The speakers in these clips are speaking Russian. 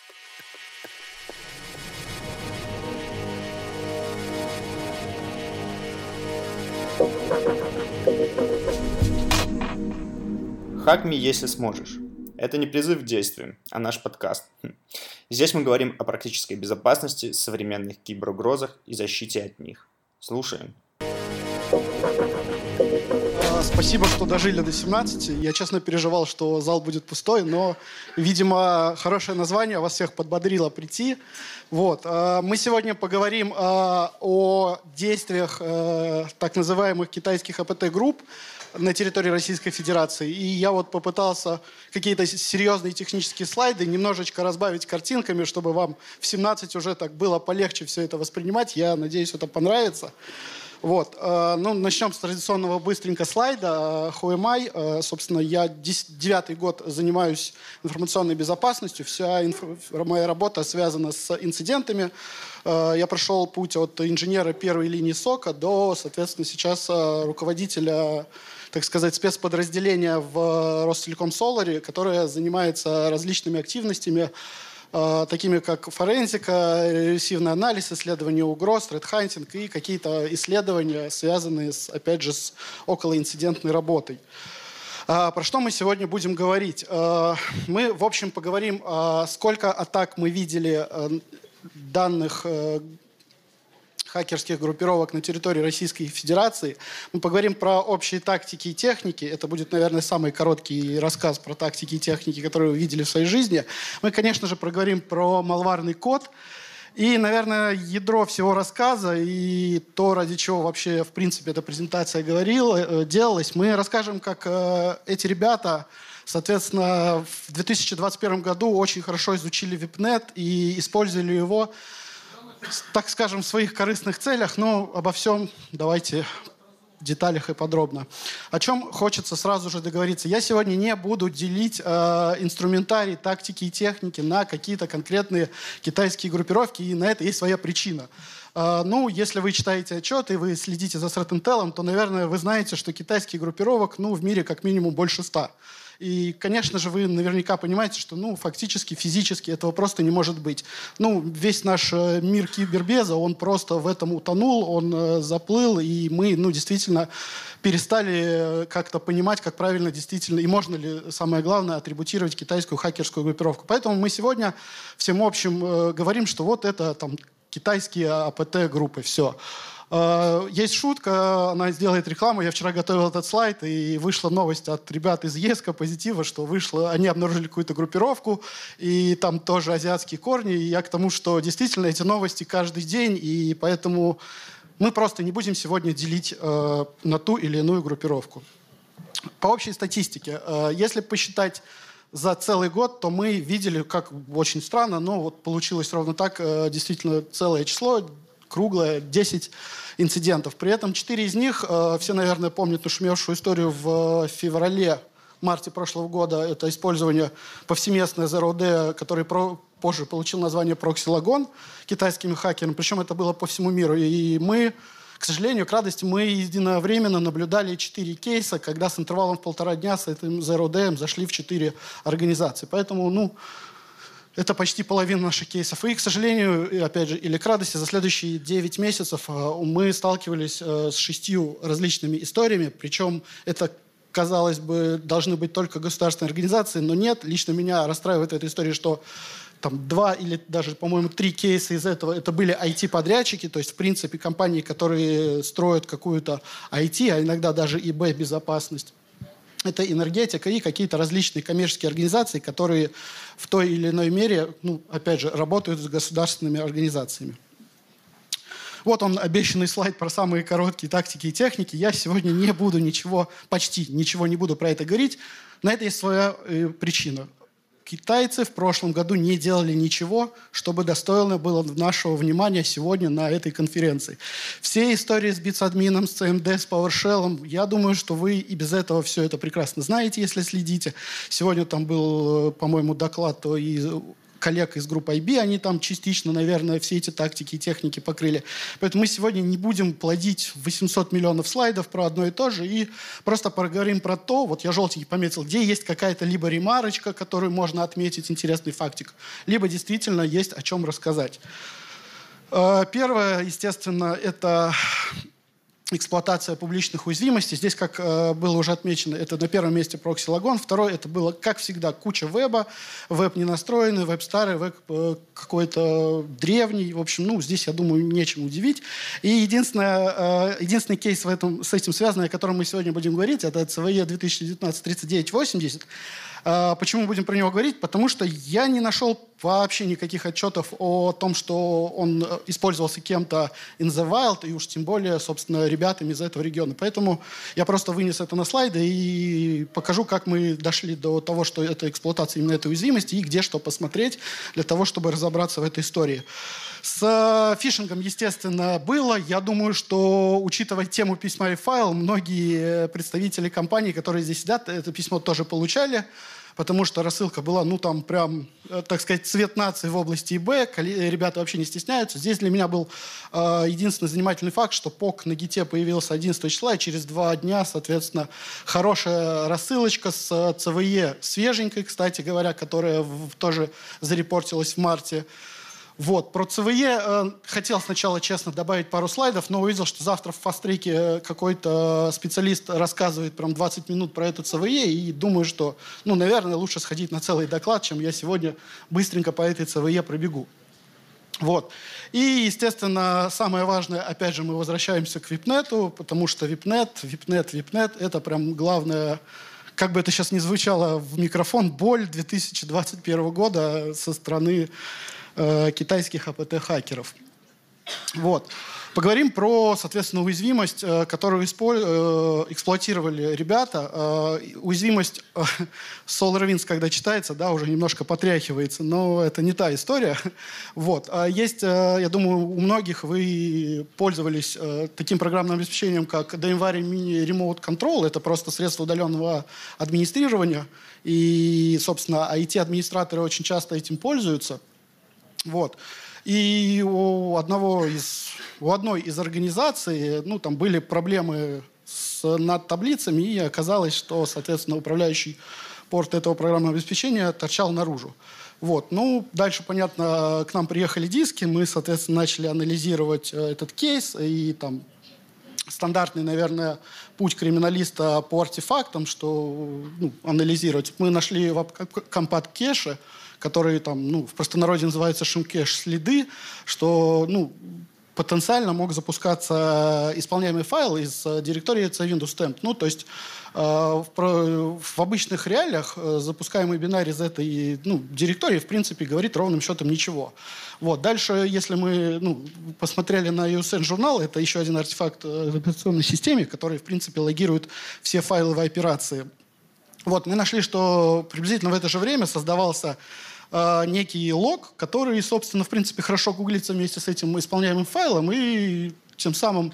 Hack Me, если сможешь. Это не призыв к действию, а наш подкаст. Здесь мы говорим о практической безопасности, современных киберугрозах и защите от них. Слушаем. Спасибо, что дожили до 17. Я, честно, переживал, что зал будет пустой, но, видимо, хорошее название вас всех подбодрило прийти. Вот. Мы сегодня поговорим о действиях так называемых китайских АПТ-групп на территории Российской Федерации. И я вот попытался какие-то серьезные технические слайды немножечко разбавить картинками, чтобы вам в 17 уже так было полегче все это воспринимать. Я надеюсь, это понравится. Вот. Начнем с традиционного быстренько слайда. Who am I? Собственно, я 9-й год занимаюсь информационной безопасностью. Вся моя работа связана с инцидентами. Я прошел путь от инженера первой линии СОКа до, соответственно, сейчас руководителя, так сказать, спецподразделения в Ростелеком-Соларе, которое занимается различными активностями, такими как форензика, регрессивный анализ, исследование угроз, тредхантинг и какие-то исследования, связанные, опять же, с околоинцидентной работой. Про что мы сегодня будем говорить? Мы, в общем, поговорим, сколько атак мы видели данных хакерских группировок на территории Российской Федерации. Мы поговорим про общие тактики и техники. Это будет, наверное, самый короткий рассказ про тактики и техники, которые вы видели в своей жизни. Мы, конечно же, проговорим про малварный код. И, наверное, ядро всего рассказа и то, ради чего вообще, в принципе, эта презентация делалась, мы расскажем, как эти ребята, соответственно, в 2021 году очень хорошо изучили VIPNet и использовали его, так скажем, в своих корыстных целях, но обо всем давайте в деталях и подробно. О чем хочется сразу же договориться. Я сегодня не буду делить инструментарий, тактики и техники на какие-то конкретные китайские группировки, и на это есть своя причина. Если вы читаете отчеты и вы следите за Threat Intel, то, наверное, вы знаете, что китайских группировок в мире как минимум больше 100. И, конечно же, вы наверняка понимаете, что фактически, физически этого просто не может быть. Весь наш мир кибербеза, он просто в этом утонул, он заплыл, и мы, действительно перестали как-то понимать, как правильно действительно, и можно ли, самое главное, атрибутировать китайскую хакерскую группировку. Поэтому мы сегодня всем общем говорим, что вот это китайские АПТ-группы, все. Есть шутка, она сделает рекламу. Я вчера готовил этот слайд, и вышла новость от ребят из ЕСКО, Позитива, что они обнаружили какую-то группировку, и там тоже азиатские корни. И я к тому, что действительно эти новости каждый день, и поэтому мы просто не будем сегодня делить на ту или иную группировку. По общей статистике, если посчитать за целый год, то мы видели, как очень странно, но вот получилось ровно так, действительно целое число, круглое, 10 инцидентов. При этом 4 из них, все, наверное, помнят нашумевшую историю в марте прошлого года. Это использование повсеместное Zero Day, который позже получил название прокси-лагон китайскими хакерами. Причем это было по всему миру. И мы, к сожалению, к радости, мы единовременно наблюдали 4 кейса, когда с интервалом в 1,5 дня с этим Zero Day зашли в 4 организации. Поэтому, это почти половина наших кейсов. И, к сожалению, опять же, или к радости, за следующие 9 месяцев мы сталкивались с 6 различными историями. Причем это, казалось бы, должны быть только государственные организации, но нет. Лично меня расстраивает эта история, что 2 или даже, по-моему, 3 кейса из этого это были IT-подрядчики, то есть, в принципе, компании, которые строят какую-то IT, а иногда даже ИБ-безопасность. Это энергетика и какие-то различные коммерческие организации, которые в той или иной мере, опять же, работают с государственными организациями. Вот он, обещанный слайд про самые короткие тактики и техники. Я сегодня не буду почти ничего не буду про это говорить. На это есть своя причина. Китайцы в прошлом году не делали ничего, чтобы достойно было нашего внимания сегодня на этой конференции. Все истории с битсадмином, с CMD, с PowerShell, я думаю, что вы и без этого все это прекрасно знаете, если следите. Сегодня там был, по-моему, доклад и коллег из группы IB, они там частично, наверное, все эти тактики и техники покрыли. Поэтому мы сегодня не будем плодить 800 миллионов слайдов про одно и то же, и просто поговорим про то, вот я желтенький пометил, где есть какая-то либо ремарочка, которую можно отметить, интересный фактик, либо действительно есть о чем рассказать. Первое, естественно, это эксплуатация публичных уязвимостей. Здесь, как было уже отмечено, это на первом месте прокси-логон. Второе, это было, как всегда, куча веба. Веб не настроенный, веб старый, веб какой-то древний. В общем, здесь, я думаю, нечем удивить. И единственный кейс с этим связанный, о котором мы сегодня будем говорить, это CVE 2019-3980. Почему мы будем про него говорить? Потому что я не нашел вообще никаких отчетов о том, что он использовался кем-то in the wild, и уж тем более, собственно, ребятами из этого региона. Поэтому я просто вынес это на слайды и покажу, как мы дошли до того, что это эксплуатация именно этой уязвимости, и где что посмотреть для того, чтобы разобраться в этой истории. С фишингом, естественно, было. Я думаю, что, учитывая тему письма и файл, многие представители компаний, которые здесь сидят, это письмо тоже получали, потому что рассылка была, там прям, так сказать, цвет нации в области ИБ. Ребята вообще не стесняются. Здесь для меня был единственный занимательный факт, что ПОК на ГИТе появился 11 числа, и через 2 дня, соответственно, хорошая рассылочка с CVE свеженькой, кстати говоря, которая тоже зарепортилась в марте. Вот. Про CVE хотел сначала, честно, добавить пару слайдов, но увидел, что завтра в фастреке какой-то специалист рассказывает прям 20 минут про это CVE, и думаю, что, наверное, лучше сходить на целый доклад, чем я сегодня быстренько по этой CVE пробегу. Вот. И, естественно, самое важное, опять же, мы возвращаемся к VIPNet, потому что VIPNet — это прям главное, как бы это сейчас ни звучало в микрофон, боль 2021 года со стороны китайских АПТ-хакеров. Вот. Поговорим про, соответственно, уязвимость, которую эксплуатировали ребята. Уязвимость SolarWinds, когда читается, уже немножко потряхивается, но это не та история. Вот. Есть, я думаю, у многих вы пользовались таким программным обеспечением, как DMVARI Mini Remote Control. Это просто средство удаленного администрирования. И, собственно, IT-администраторы очень часто этим пользуются. Вот. И у одной из организаций, там были проблемы над таблицами, и оказалось, что, соответственно, управляющий порт этого программного обеспечения торчал наружу. Вот. Дальше, понятно, к нам приехали диски, мы, соответственно, начали анализировать этот кейс, и там стандартный, наверное, путь криминалиста по артефактам, что анализировать. Мы нашли в компакт-кэше, который там, в простонародье называется шимкэш, следы, что потенциально мог запускаться исполняемый файл из директории C Windows Temp. То есть в обычных реалиях запускаемый бинарий из этой директории, в принципе, говорит ровным счетом ничего. Вот. Дальше, если мы посмотрели на USN журнал, это еще один артефакт в операционной системе, который, в принципе, логирует все файловые операции. Вот. Мы нашли, что приблизительно в это же время создавался некий лог, который, собственно, в принципе, хорошо гуглится вместе с этим исполняемым файлом, и тем самым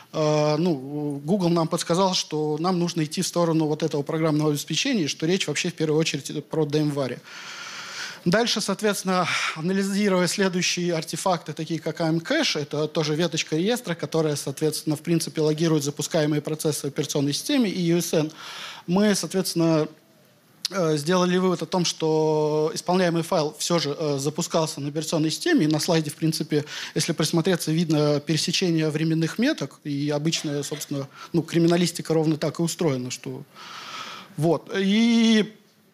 Google нам подсказал, что нам нужно идти в сторону вот этого программного обеспечения, что речь вообще в первую очередь про DMVARI. Дальше, соответственно, анализируя следующие артефакты, такие как AMCache, это тоже веточка реестра, которая, соответственно, в принципе, логирует запускаемые процессы в операционной системе, и USN, мы, соответственно, сделали вывод о том, что исполняемый файл все же запускался на операционной системе. И на слайде, в принципе, если присмотреться, видно пересечение временных меток. И обычная, собственно, криминалистика ровно так и устроена. Что... Вот. И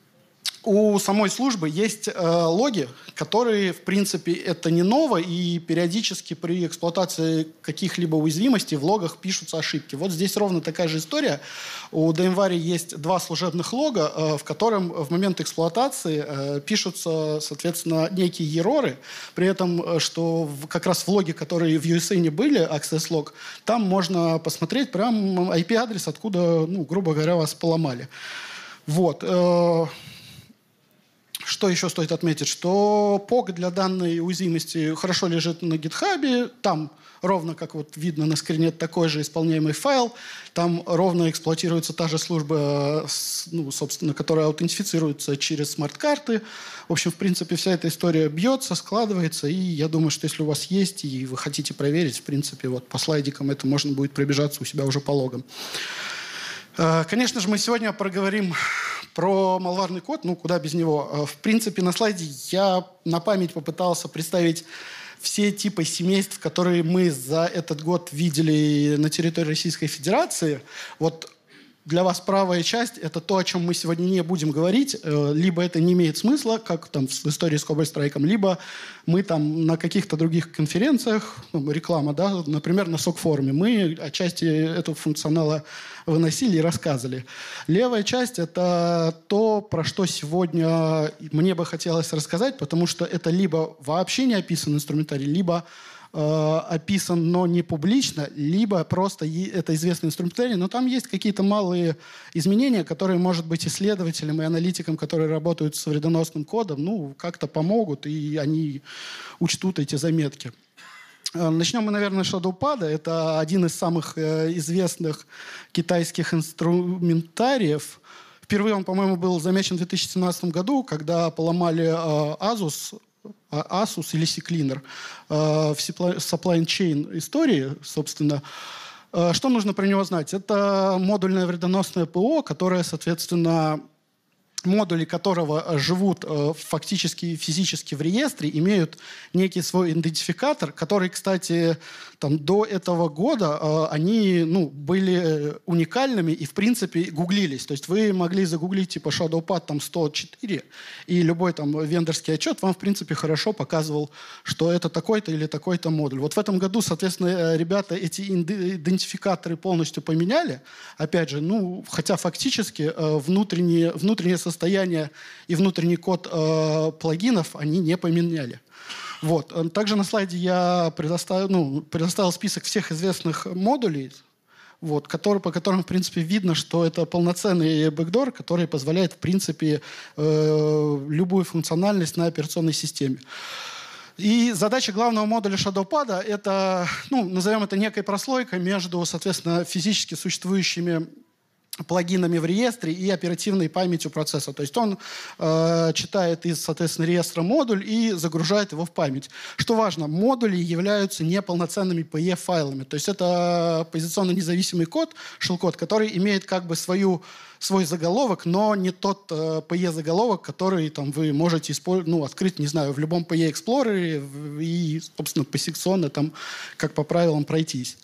у самой службы есть логи, которые, в принципе, это не ново, и периодически при эксплуатации каких-либо уязвимостей в логах пишутся ошибки. Вот здесь ровно такая же история. У DMVARI есть 2 служебных лога, в котором в момент эксплуатации пишутся, соответственно, некие ероры, при этом, что как раз в логе, которые в USN были, access log, там можно посмотреть прям IP-адрес, откуда, грубо говоря, вас поломали. Вот. Что еще стоит отметить? Что POC для данной уязвимости хорошо лежит на GitHub. Там ровно, как вот видно на скрине, такой же исполняемый файл. Там ровно эксплуатируется та же служба, собственно, которая аутентифицируется через смарт-карты. В общем, в принципе, вся эта история бьется, складывается. И я думаю, что если у вас есть и вы хотите проверить, в принципе, вот по слайдикам это можно будет пробежаться у себя уже по логам. Конечно же, мы сегодня проговорим про малварный код, куда без него. В принципе, на слайде я на память попытался представить все типы семейств, которые мы за этот год видели на территории Российской Федерации. Вот для вас правая часть – это то, о чем мы сегодня не будем говорить. Либо это не имеет смысла, как там в истории с Cobalt Strike, либо мы там на каких-то других конференциях, реклама, да, например, на SOC-форуме, мы о части этого функционала выносили и рассказывали. Левая часть – это то, про что сегодня мне бы хотелось рассказать, потому что это либо вообще не описан инструментарий, либо описан, но не публично, либо просто это известный инструментарий, но там есть какие-то малые изменения, которые, может быть, исследователям и аналитикам, которые работают с вредоносным кодом, как-то помогут, и они учтут эти заметки. Начнем мы, наверное, с Shadowpad. Это один из самых известных китайских инструментариев. Впервые он, по-моему, был замечен в 2017 году, когда поломали Asus или CCleaner в supply chain истории, собственно. Что нужно про него знать? Это модульное вредоносное ПО, которое, соответственно, модули которого живут фактически физически в реестре, имеют некий свой идентификатор, который, кстати, там, до этого года они были уникальными и, в принципе, гуглились. То есть вы могли загуглить типа Shadowpad там, 104, и любой там вендорский отчет вам, в принципе, хорошо показывал, что это такой-то или такой-то модуль. Вот в этом году, соответственно, ребята эти идентификаторы полностью поменяли. Опять же, хотя фактически внутреннее состояние и внутренний код плагинов они не поменяли. Вот. Также на слайде я предоставил список всех известных модулей, по которым, в принципе, видно, что это полноценный бэкдор, который позволяет, в принципе, любую функциональность на операционной системе. И задача главного модуля Shadowpad – это, назовем это некой прослойкой между, соответственно, физически существующими плагинами в реестре и оперативной памятью процесса. То есть он читает из, соответственно, реестра модуль и загружает его в память. Что важно, модули являются неполноценными PE-файлами. То есть это позиционно независимый код, shell-код, который имеет как бы свой заголовок, но не тот PE-заголовок, который там, вы можете открыть, не знаю, в любом PE-эксплорере и, собственно, посекционно там, как по правилам, пройтись.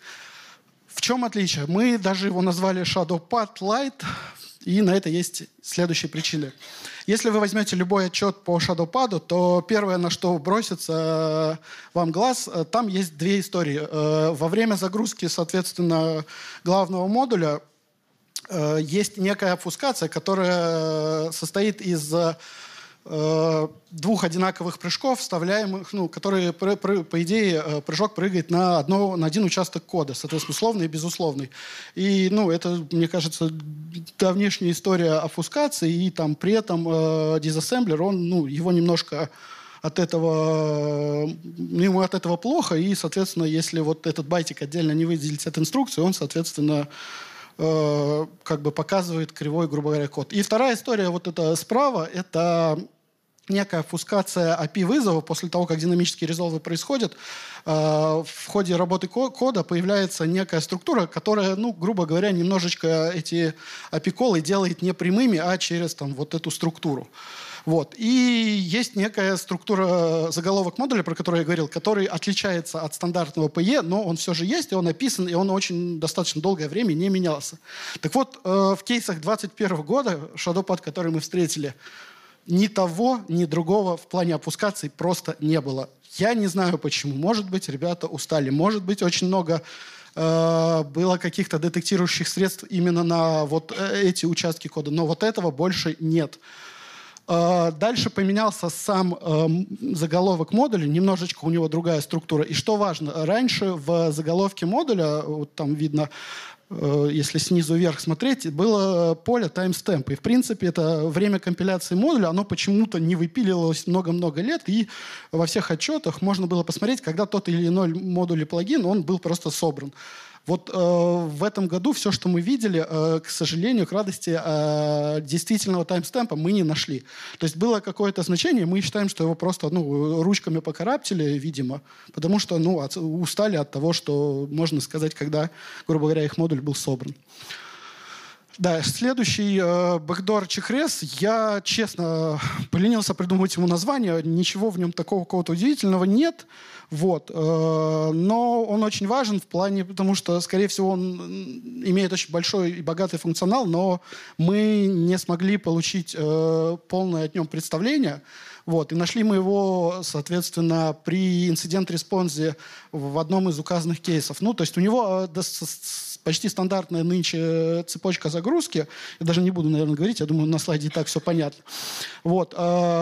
В чем отличие? Мы даже его назвали Shadowpad Lite, и на это есть следующие причины. Если вы возьмете любой отчет по Shadowpad, то первое, на что бросится вам глаз, там есть две истории. Во время загрузки, соответственно, главного модуля есть некая обфускация, которая состоит из двух одинаковых прыжков, вставляемых, которые, по идее, прыжок прыгает на один участок кода, соответственно, условный и безусловный. И, это, мне кажется, давнешняя история обфускации, и там при этом дизассемблер, он, его немножко ему от этого плохо, и, соответственно, если вот этот байтик отдельно не выделить от инструкции, он, соответственно, как бы показывает кривой, грубо говоря, код. И вторая история, вот это справа, это некая обфускация API-вызова. После того, как динамические резолвы происходят, в ходе работы кода появляется некая структура, которая, грубо говоря, немножечко эти API-колы делает не прямыми, а через там, вот эту структуру. Вот. И есть некая структура заголовок модуля, про который я говорил, который отличается от стандартного PE, но он все же есть, и он описан, и он очень достаточно долгое время не менялся. Так вот, в кейсах 2021 года Shadowpad, который мы встретили, ни того, ни другого в плане опускации просто не было. Я не знаю почему. Может быть, ребята устали. Может быть, очень много было каких-то детектирующих средств именно на вот эти участки кода. Но вот этого больше нет. Дальше поменялся сам заголовок модуля, немножечко у него другая структура. И что важно, раньше в заголовке модуля, вот там видно, если снизу вверх смотреть, было поле timestamp. И, в принципе, это время компиляции модуля, оно почему-то не выпиливалось много-много лет, и во всех отчетах можно было посмотреть, когда тот или иной модуль и плагин, он был просто собран. Вот в этом году все, что мы видели, к сожалению, к радости, действительного таймстемпа мы не нашли. То есть было какое-то значение, мы считаем, что его просто ручками покараптили, видимо, потому что устали от того, что можно сказать, когда, грубо говоря, их модуль был собран. Да, следующий бэкдор Чехрес. Я, честно, поленился придумывать ему название. Ничего в нем такого какого-то удивительного нет. Вот. Но он очень важен в плане, потому что, скорее всего, он имеет очень большой и богатый функционал, но мы не смогли получить полное от нем представление. Вот. И нашли мы его, соответственно, при инцидент-респонсе в одном из указанных кейсов. То есть у него почти стандартная нынче цепочка загрузки. Я даже не буду, наверное, говорить. Я думаю, на слайде и так все понятно. Вот.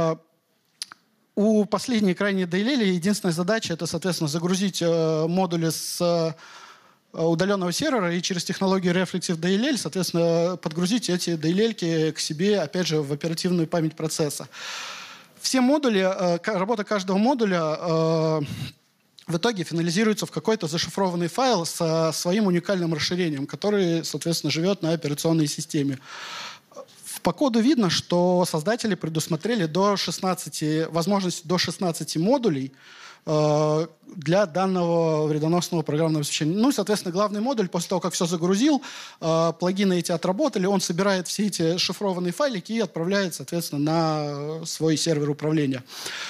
У последней крайней DLL единственная задача — это, соответственно, загрузить модули с удаленного сервера и через технологию Reflexive DLL, соответственно, подгрузить эти DLL к себе, опять же, в оперативную память процесса. Все модули, работа каждого модуля в итоге финализируется в какой-то зашифрованный файл со своим уникальным расширением, который, соответственно, живет на операционной системе. По коду видно, что создатели предусмотрели возможность до 16 модулей для данного вредоносного программного обеспечения. Соответственно, главный модуль, после того, как все загрузил, плагины эти отработали, он собирает все эти шифрованные файлики и отправляет, соответственно, на свой сервер управления.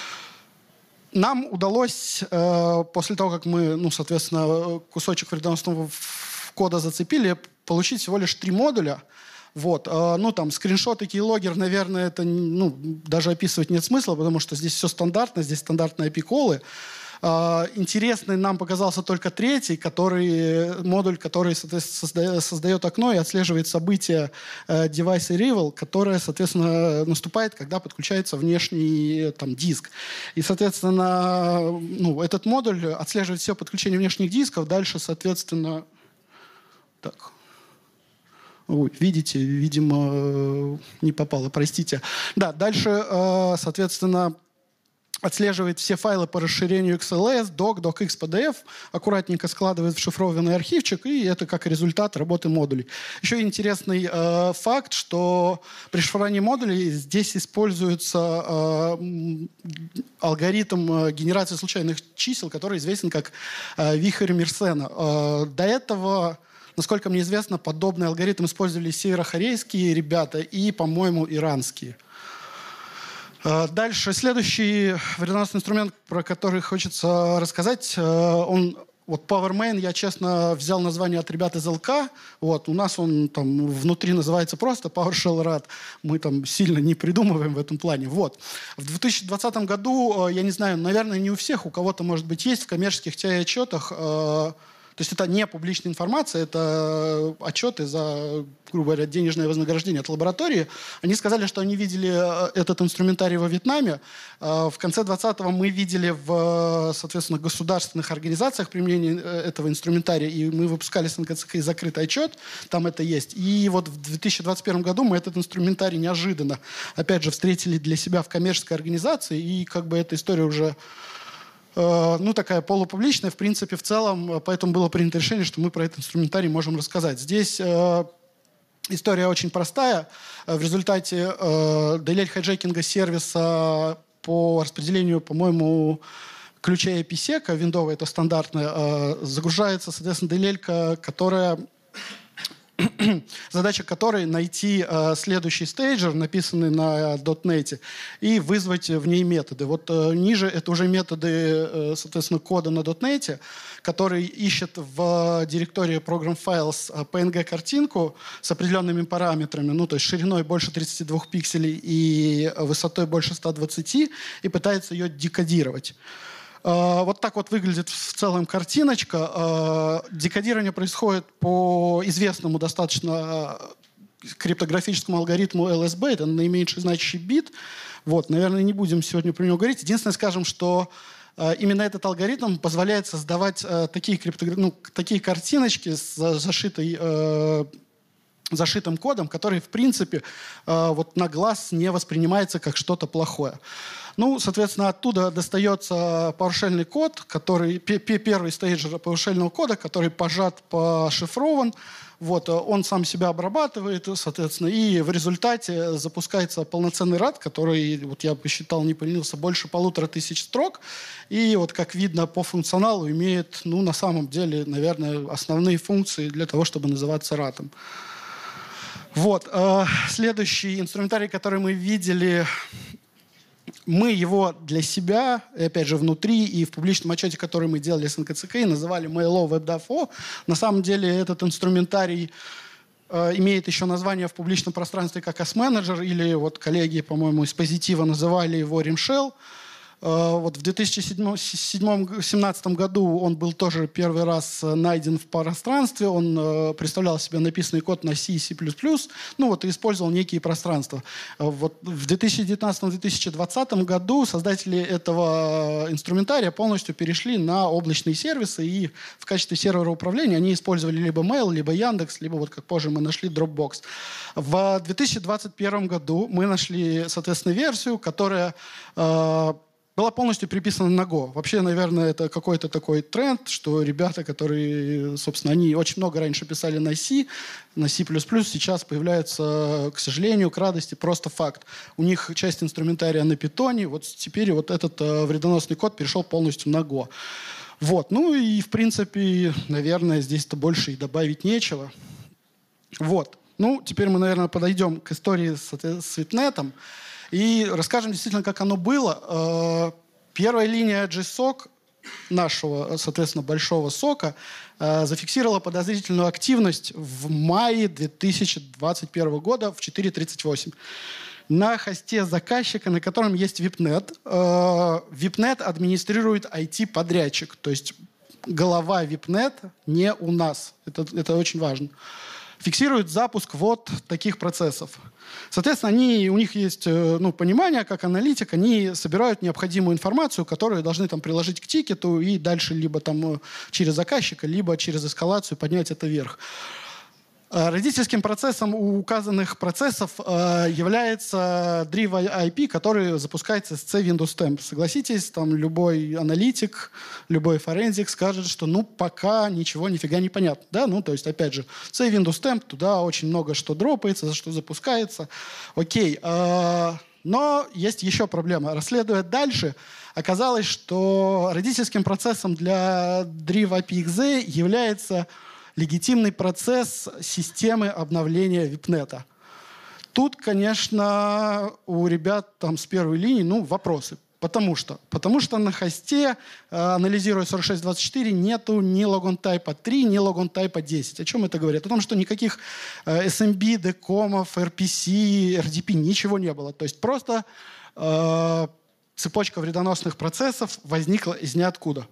Нам удалось, после того, как мы, соответственно, кусочек вредоносного кода зацепили, получить всего лишь 3 модуля. Вот. Там скриншот и кейлогер, наверное, это даже описывать нет смысла, потому что здесь все стандартно, здесь стандартные API-колы. Интересный нам показался только 3-й модуль, который создает окно и отслеживает события device arrival, которое, соответственно, наступает, когда подключается внешний диск. И, соответственно, этот модуль отслеживает все подключения внешних дисков. Дальше, соответственно... Так... видите, видимо, не попало, простите. Да, дальше, соответственно, отслеживает все файлы по расширению XLS, doc, docx, PDF, аккуратненько складывает в шифрованный архивчик, и это как результат работы модулей. Еще интересный факт, что при шифровании модулей здесь используется алгоритм генерации случайных чисел, который известен как вихрь Мерсена. До этого, насколько мне известно, подобный алгоритм использовали северокорейские ребята и, по-моему, иранские. Дальше. Следующий вредоносный инструмент, про который хочется рассказать, PowerMain, я, честно, взял название от ребят из ЛК. У нас он внутри называется просто PowerShell RAD. Мы сильно не придумываем в этом плане. В 2020 году, я не знаю, наверное, не у всех, у кого-то, может быть, есть в коммерческих TI-отчетах. То есть это не публичная информация, это отчеты за, грубо говоря, денежное вознаграждение от лаборатории. Они сказали, что они видели этот инструментарий во Вьетнаме. В конце 2020-го мы видели в, соответственно, государственных организациях применение этого инструментария, и мы выпускали с НКЦК закрытый отчет, там это есть. И в 2021 году мы этот инструментарий неожиданно, опять же, встретили для себя в коммерческой организации, и эта история уже... такая полупубличная, в принципе, в целом, поэтому было принято решение, что мы про этот инструментарий можем рассказать. Здесь история очень простая. В результате DLL-хайджекинга сервиса по распределению, по-моему, ключей IPsec, виндовая, это стандартная, загружается, соответственно, DLL, которая... задача которой найти следующий стейджер, написанный на .NET, и вызвать в ней методы. Ниже это уже методы, соответственно, кода на .NET, который ищет в директории Program Files PNG-картинку с определенными параметрами, то есть шириной больше 32 пикселей и высотой больше 120, и пытается ее декодировать. Вот так выглядит в целом картиночка. Декодирование происходит по известному достаточно криптографическому алгоритму LSB. Это наименьший значащий бит. Наверное, не будем сегодня про него говорить. Единственное, скажем, что именно этот алгоритм позволяет создавать такие картиночки с зашитым кодом, который, в принципе, вот на глаз не воспринимается как что-то плохое. Ну, соответственно, оттуда достается PowerShell код, который первый стейдж PowerShell кода, который пожат, пошифрован. Вот, он сам себя обрабатывает, соответственно, и в результате запускается полноценный RAD, который, вот я посчитал, не поленился, больше 1500 строк. И вот, как видно по функционалу, имеет, ну, на самом деле, наверное, основные функции для того, чтобы называться RAD. Вот, следующий инструментарий, который мы видели, мы его для себя, и опять же, внутри и в публичном отчете, который мы делали с НКЦК, называли Mail.o WebDAV.o. На самом деле этот инструментарий имеет еще название в публичном пространстве как S-Manager, или вот коллеги, по-моему, из Позитива называли его Rimshell. Вот в 2017 году он был тоже первый раз найден в пространстве. Он представлял себе написанный код на C и C++, ну вот и использовал некие пространства. Вот в 2019-2020 году создатели этого инструментария полностью перешли на облачные сервисы, и в качестве сервера управления они использовали либо Mail, либо Яндекс, либо вот как позже мы нашли Dropbox. В 2021 году мы нашли, соответственно, версию, которая была полностью приписана на Go. Вообще, наверное, это какой-то такой тренд, что ребята, которые, собственно, они очень много раньше писали на C, на C++, сейчас появляются, к сожалению, к радости, просто факт. У них часть инструментария на питоне, вот теперь вот этот вредоносный код перешел полностью на Go. Вот, ну и, в принципе, наверное, здесь-то больше и добавить нечего. Вот. Ну, теперь мы, наверное, подойдем к истории с Випнетом. И расскажем действительно, как оно было. Первая линия GSOC нашего, соответственно, большого сока зафиксировала подозрительную активность в мае 2021 года в 4.38 на хосте заказчика, на котором есть VIPNet. VIPNet администрирует IT-подрядчик, то есть голова VIPNet не у нас. Это очень важно. Фиксирует запуск вот таких процессов. Соответственно, у них есть понимание, как аналитик, они собирают необходимую информацию, которую должны там приложить к тикету и дальше либо там через заказчика, либо через эскалацию поднять это вверх. Родительским процессом у указанных процессов является Drive IP, который запускается с C-Windows Temp. Согласитесь, там любой аналитик, любой форензик скажет, что пока нифига не понятно. Да? То есть, опять же, C-Windows Temp, туда очень много что дропается, за что запускается. Окей. Но есть еще проблема. Расследуя дальше, оказалось, что родительским процессом для Drive IP.exe является легитимный процесс системы обновления VIPNet. Тут, конечно, у ребят там с первой линии вопросы. Потому что на хосте, анализируя 4624, нету ни логон тайпа 3, ни логон тайпа 10. О чем это говорит? О том, что никаких SMB, DECOM, RPC, RDP, ничего не было. То есть просто цепочка вредоносных процессов возникла из ниоткуда.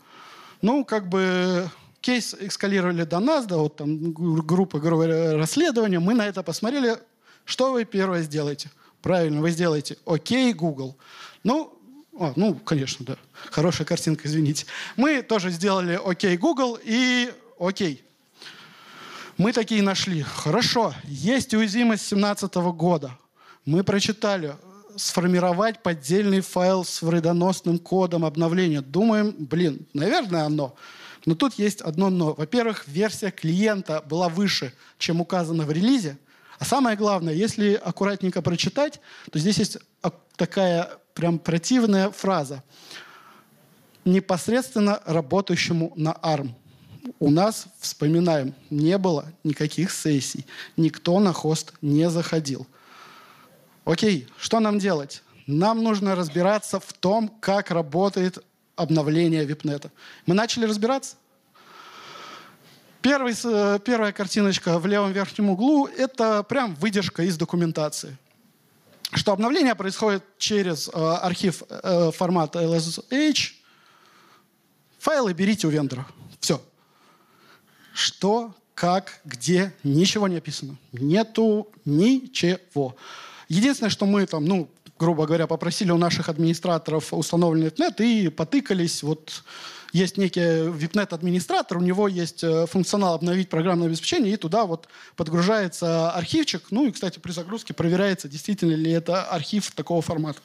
Кейс эскалировали до нас, да, вот там группа расследования, мы на это посмотрели. Что вы первое сделаете? Правильно, вы сделаете «Окей, Google». Конечно, да. Хорошая картинка, извините. Мы тоже сделали «Окей, Google» и «Окей». Мы такие нашли. Хорошо, есть уязвимость 2017 года. Мы прочитали. Сформировать поддельный файл с вредоносным кодом обновления. Думаем, наверное, оно. Но тут есть одно «но». Во-первых, версия клиента была выше, чем указано в релизе. А самое главное, если аккуратненько прочитать, то здесь есть такая прям противная фраза. Непосредственно работающему на ARM. У нас, вспоминаем, не было никаких сессий. Никто на хост не заходил. Окей, что нам делать? Нам нужно разбираться в том, как работает обновление VIPNet. Мы начали разбираться. Первая картиночка в левом верхнем углу – это прям выдержка из документации. Что обновление происходит через архив формата LSH. Файлы берите у вендора. Все. Что, как, где, ничего не описано. Нету ничего. Единственное, что мы там, грубо говоря, попросили у наших администраторов установленный VIPNet и потыкались. Вот есть некий VIPNet-администратор, у него есть функционал обновить программное обеспечение, и туда вот подгружается архивчик. Ну и, кстати, при загрузке проверяется, действительно ли это архив такого формата.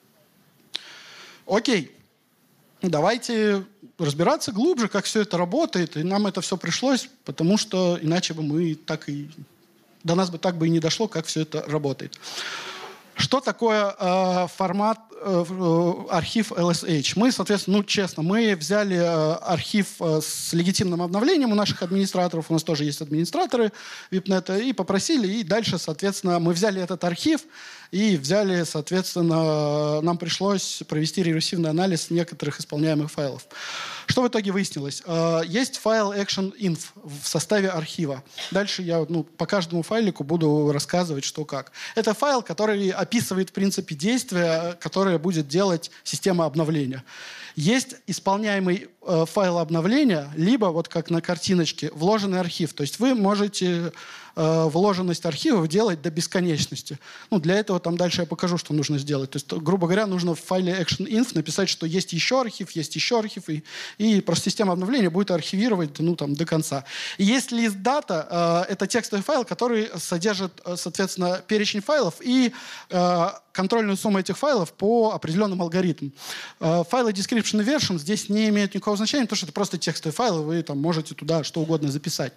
Окей. Давайте разбираться глубже, как все это работает. И нам это все пришлось, потому что иначе бы мы так и... До нас бы так бы и не дошло, как все это работает. Что такое формат архив LSH? Мы, соответственно, ну, честно, мы взяли архив с легитимным обновлением у наших администраторов, у нас тоже есть администраторы VIPNet, и попросили, и дальше, соответственно, мы взяли этот архив, и взяли, соответственно, нам пришлось провести рекурсивный анализ некоторых исполняемых файлов. Что в итоге выяснилось? Есть файл actioninf в составе архива. Дальше я по каждому файлику буду рассказывать, что как. Это файл, который описывает, в принципе, действия, которые будет делать система обновления. Есть исполняемый файл обновления, либо, вот как на картиночке, вложенный архив. То есть вы можете вложенность архивов делать до бесконечности. Ну, для этого там дальше я покажу, что нужно сделать. То есть, грубо говоря, нужно в файле actioninf написать, что есть еще архив, и просто система обновления будет архивировать до конца. И есть list-data, это текстовый файл, который содержит, соответственно, перечень файлов и контрольную сумму этих файлов по определенным алгоритмам. Файлы description и version здесь не имеют никакого значения, потому что это просто текстовые файлы, вы там можете туда что угодно записать.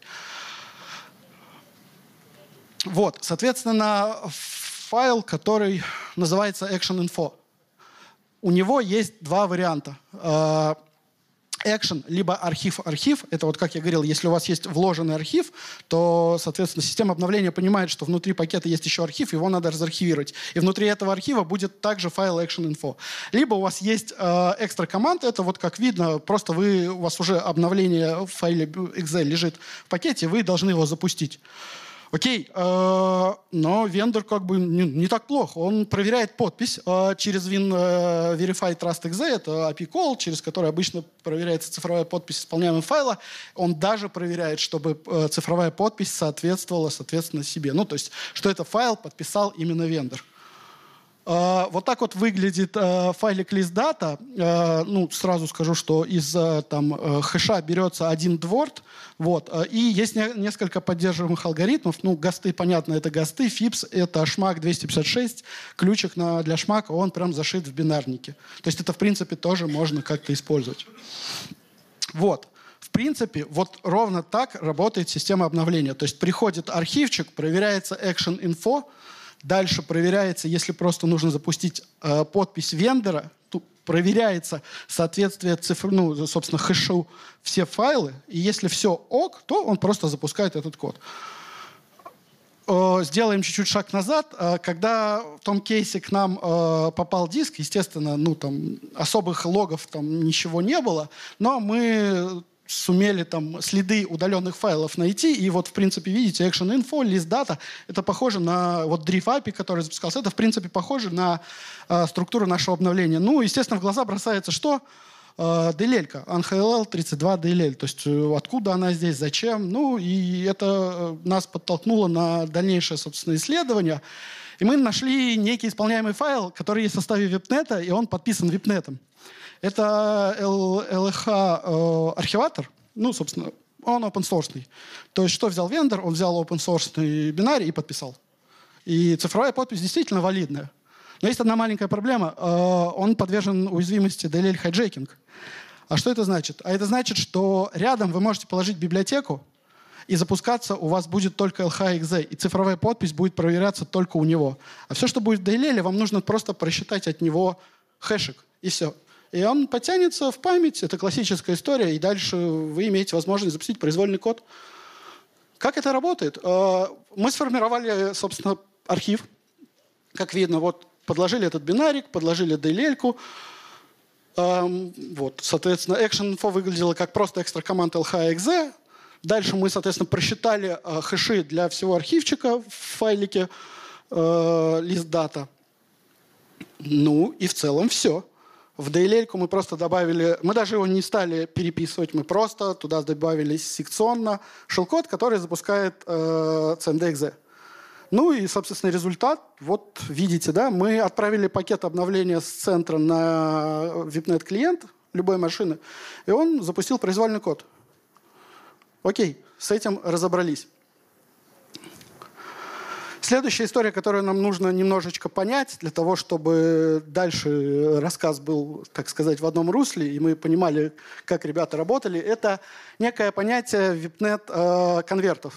Вот, соответственно, файл, который называется actioninfo. У него есть два варианта. Action, либо архив. Это вот, как я говорил, если у вас есть вложенный архив, то, соответственно, система обновления понимает, что внутри пакета есть еще архив, его надо разархивировать. И внутри этого архива будет также файл actioninfo. Либо у вас есть экстра команд, это вот как видно, просто у вас уже обновление в файле exe лежит в пакете, вы должны его запустить. Окей, но вендор как бы не так плохо. Он проверяет подпись через Verify Trust Exe, это API call, через который обычно проверяется цифровая подпись исполняемого файла. Он даже проверяет, чтобы цифровая подпись соответствовала, соответственно, себе. Ну, то есть, что это файл подписал именно вендор. Вот так вот выглядит файлик list-data. Ну, сразу скажу, что из хэша берется один dword. Вот. И есть несколько поддерживаемых алгоритмов. Ну, гасты, понятно, это гасты. FIPS — это HMAC 256. Ключик для HMAC, он прям зашит в бинарнике. То есть это, в принципе, тоже можно как-то использовать. Вот. В принципе, вот ровно так работает система обновления. То есть приходит архивчик, проверяется actioninfo, дальше проверяется, если просто нужно запустить подпись вендора, то проверяется соответствие собственно, хэшу все файлы. И если все ок, то он просто запускает этот код. Сделаем чуть-чуть шаг назад. Когда в том кейсе к нам попал диск, естественно, там особых логов там ничего не было, но мы сумели там следы удаленных файлов найти, и вот, в принципе, видите, actioninfo, list-data, это похоже на вот Drift API, который запускался, это, в принципе, похоже на структуру нашего обновления. Ну, естественно, в глаза бросается что? DLL-ка, NHLL 32 DLL, то есть откуда она здесь, зачем, ну, и это нас подтолкнуло на дальнейшее, собственно, исследование, и мы нашли некий исполняемый файл, который есть в составе VIPNet, и он подписан VIPNet. Это LH-архиватор, ну, собственно, он open-source. То есть что взял вендор? Он взял open-source бинарий и подписал. И цифровая подпись действительно валидная. Но есть одна маленькая проблема. Он подвержен уязвимости DLL hijacking. А что это значит? А это значит, что рядом вы можете положить библиотеку, и запускаться у вас будет только LH-exe, и цифровая подпись будет проверяться только у него. А все, что будет в DLL, вам нужно просто просчитать от него хэшик, и все. И он потянется в память, это классическая история, и дальше вы имеете возможность запустить произвольный код. Как это работает? Мы сформировали, собственно, архив. Как видно, вот подложили этот бинарик, подложили DLL-ку. Вот, соответственно, actioninfo выглядело как просто экстра команд LH-exe. Дальше мы, соответственно, просчитали хэши для всего архивчика в файлике list-data. Ну и в целом все. В DLL-ку мы просто добавили, мы даже его не стали переписывать, мы просто туда добавили секционно шелкод, который запускает cmd.exe. Ну и, собственно, результат, вот видите, да, мы отправили пакет обновления с центра на VIPNet клиент любой машины, и он запустил произвольный код. Окей, с этим разобрались. Следующая история, которую нам нужно немножечко понять, для того, чтобы дальше рассказ был, так сказать, в одном русле, и мы понимали, как ребята работали, это некое понятие VIPNet конвертов.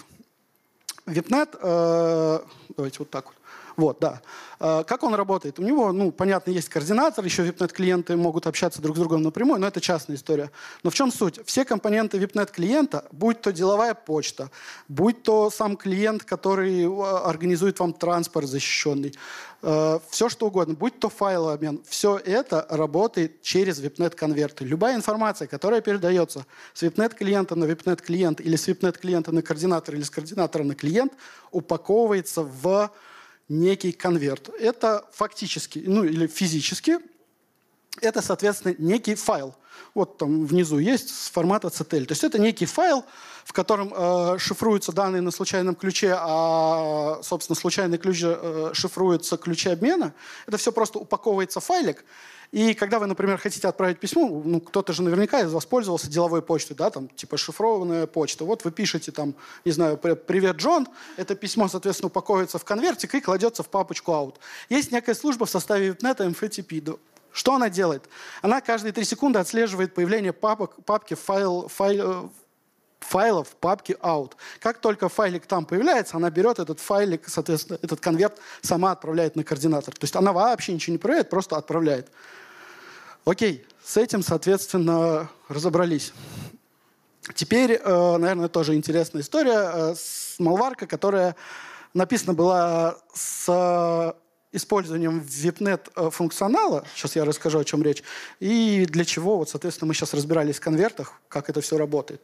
VIPNet, давайте вот так вот. Вот, да. Как он работает? У него, ну, понятно, есть координатор, еще VIPNet-клиенты могут общаться друг с другом напрямую, но это частная история. Но в чем суть? Все компоненты VIPNet-клиента, будь то деловая почта, будь то сам клиент, который организует вам транспорт защищенный, все что угодно, будь то файлообмен, все это работает через VIPNet-конверты. Любая информация, которая передается с VIPNet-клиента на VIPNet-клиент или с VIPNet-клиента на координатор или с координатора на клиент, упаковывается в некий конверт. Это фактически, ну или физически, это, соответственно, некий файл. Вот там внизу есть с формата CTL. То есть это некий файл, в котором шифруются данные на случайном ключе, а, собственно, случайный ключ шифруется ключи обмена. Это все просто упаковывается в файлик. И когда вы, например, хотите отправить письмо, ну, кто-то же наверняка из вас пользовался деловой почтой, да, там, типа шифрованная почта. Вот вы пишете там, не знаю, «Привет, Джон». Это письмо, соответственно, упаковывается в конвертик и кладется в папочку «Out». Есть некая служба в составе VIPNet MFTP. Что она делает? Она каждые 3 секунды отслеживает появление папки файлов в папке out. Как только файлик там появляется, она берет этот файлик, соответственно, этот конверт сама отправляет на координатор. То есть она вообще ничего не проверяет, просто отправляет. Окей, с этим, соответственно, разобрались. Теперь, наверное, тоже интересная история с Malware, которая написана была с использованием VIPNet функционала. Сейчас я расскажу, о чем речь. И для чего, вот, соответственно, мы сейчас разбирались в конвертах, как это все работает.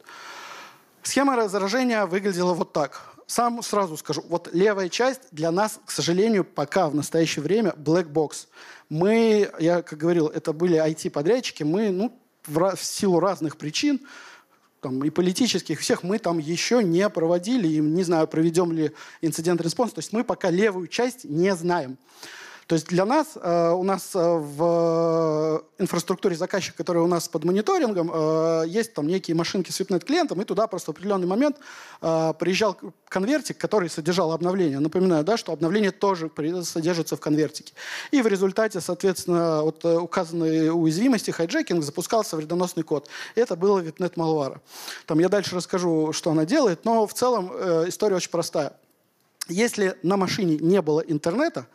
Схема заражения выглядела вот так. Сам сразу скажу, вот левая часть для нас, к сожалению, пока в настоящее время black box. Мы, я как говорил, это были IT-подрядчики, мы, ну, в силу разных причин, там, и политических, всех мы там еще не проводили, и не знаю, проведем ли инцидент-респонс, то есть мы пока левую часть не знаем. То есть для нас, у нас в инфраструктуре заказчика, который у нас под мониторингом, есть там некие машинки с VIPNet-клиентом, и туда просто в определенный момент приезжал конвертик, который содержал обновление. Напоминаю, да, что обновление тоже содержится в конвертике. И в результате, соответственно, от указанной уязвимости хайджекинг запускался вредоносный код. И это было VIPNet Malware. Там я дальше расскажу, что она делает, но в целом история очень простая. Если на машине не было интернета,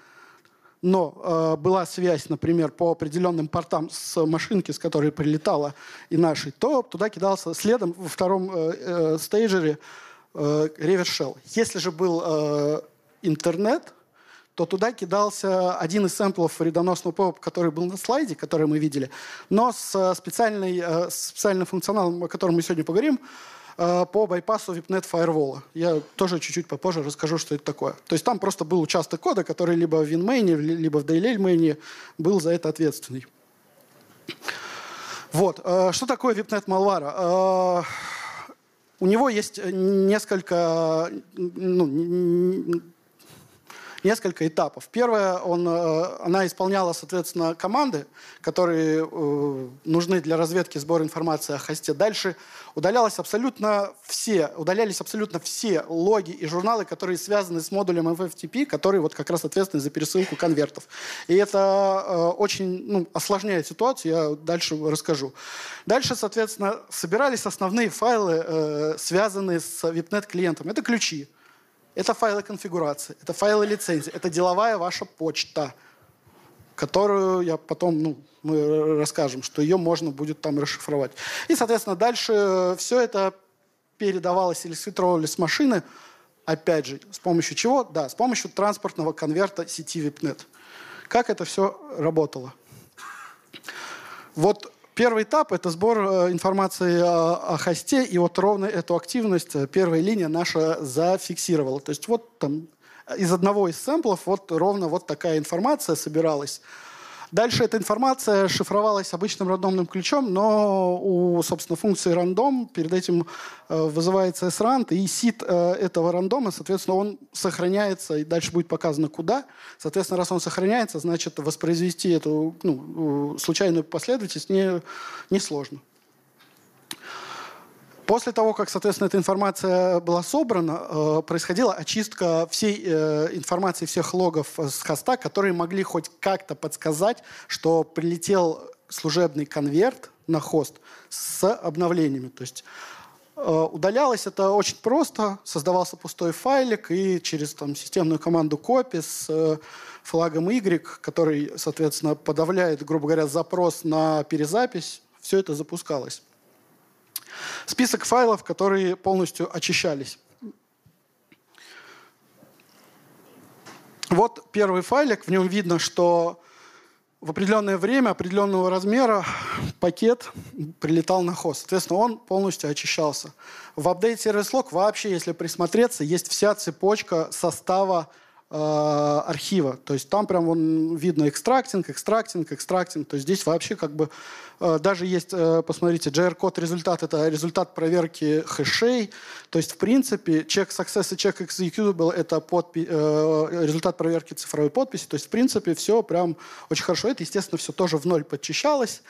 но была связь, например, по определенным портам с машинки, с которой прилетала и нашей, то туда кидался следом во втором стейджере реверс-шелл. Если же был интернет, то туда кидался один из сэмплов вредоносного ПОП, который был на слайде, который мы видели, но с специальным функционалом, о котором мы сегодня поговорим, по байпасу VIPNet Firewall. Я тоже чуть-чуть попозже расскажу, что это такое. То есть там просто был участок кода, который либо в WinMain, либо в DLL-main был за это ответственный. Вот. Что такое VIPNet Malware? У него есть несколько этапов. Первое, она исполняла, соответственно, команды, которые нужны для разведки сбора информации о хосте. Дальше удалялись абсолютно все логи и журналы, которые связаны с модулем FFTP, который вот как раз ответственный за пересылку конвертов. И это очень осложняет ситуацию, я дальше расскажу. Дальше, соответственно, собирались основные файлы, связанные с VIPNet-клиентом. Это ключи. Это файлы конфигурации, это файлы лицензии, это деловая ваша почта, которую я потом, мы расскажем, что ее можно будет там расшифровать. И, соответственно, дальше все это передавалось или фильтровалось с машины, опять же, с помощью чего? Да, с помощью транспортного конверта сети VIPNet. Как это все работало? Вот первый этап – это сбор информации о хосте, и вот ровно эту активность первая линия наша зафиксировала. То есть вот там из одного из сэмплов вот ровно вот такая информация собиралась. Дальше эта информация шифровалась обычным рандомным ключом, но у, собственно, функции рандом перед этим вызывается srand, и сид этого рандома, соответственно, он сохраняется, и дальше будет показано куда. Соответственно, раз он сохраняется, значит, воспроизвести эту случайную последовательность несложно. После того, как, соответственно, эта информация была собрана, происходила очистка всей информации, всех логов с хоста, которые могли хоть как-то подсказать, что прилетел служебный конверт на хост с обновлениями. То есть удалялось это очень просто, создавался пустой файлик, и через системную команду copy с флагом Y, который, соответственно, подавляет, грубо говоря, запрос на перезапись, все это запускалось. Список файлов, которые полностью очищались. Вот первый файлик, в нем видно, что в определенное время, определенного размера пакет прилетал на хост. Соответственно, он полностью очищался. В Update Service Log вообще, если присмотреться, есть вся цепочка состава архива. То есть там прям видно экстрактинг. То есть здесь вообще даже есть, посмотрите, JR-код результат, это результат проверки хэшей. То есть, в принципе, check success и check executable это результат проверки цифровой подписи. То есть, в принципе, все прям очень хорошо. Это, естественно, все тоже в ноль подчищалось.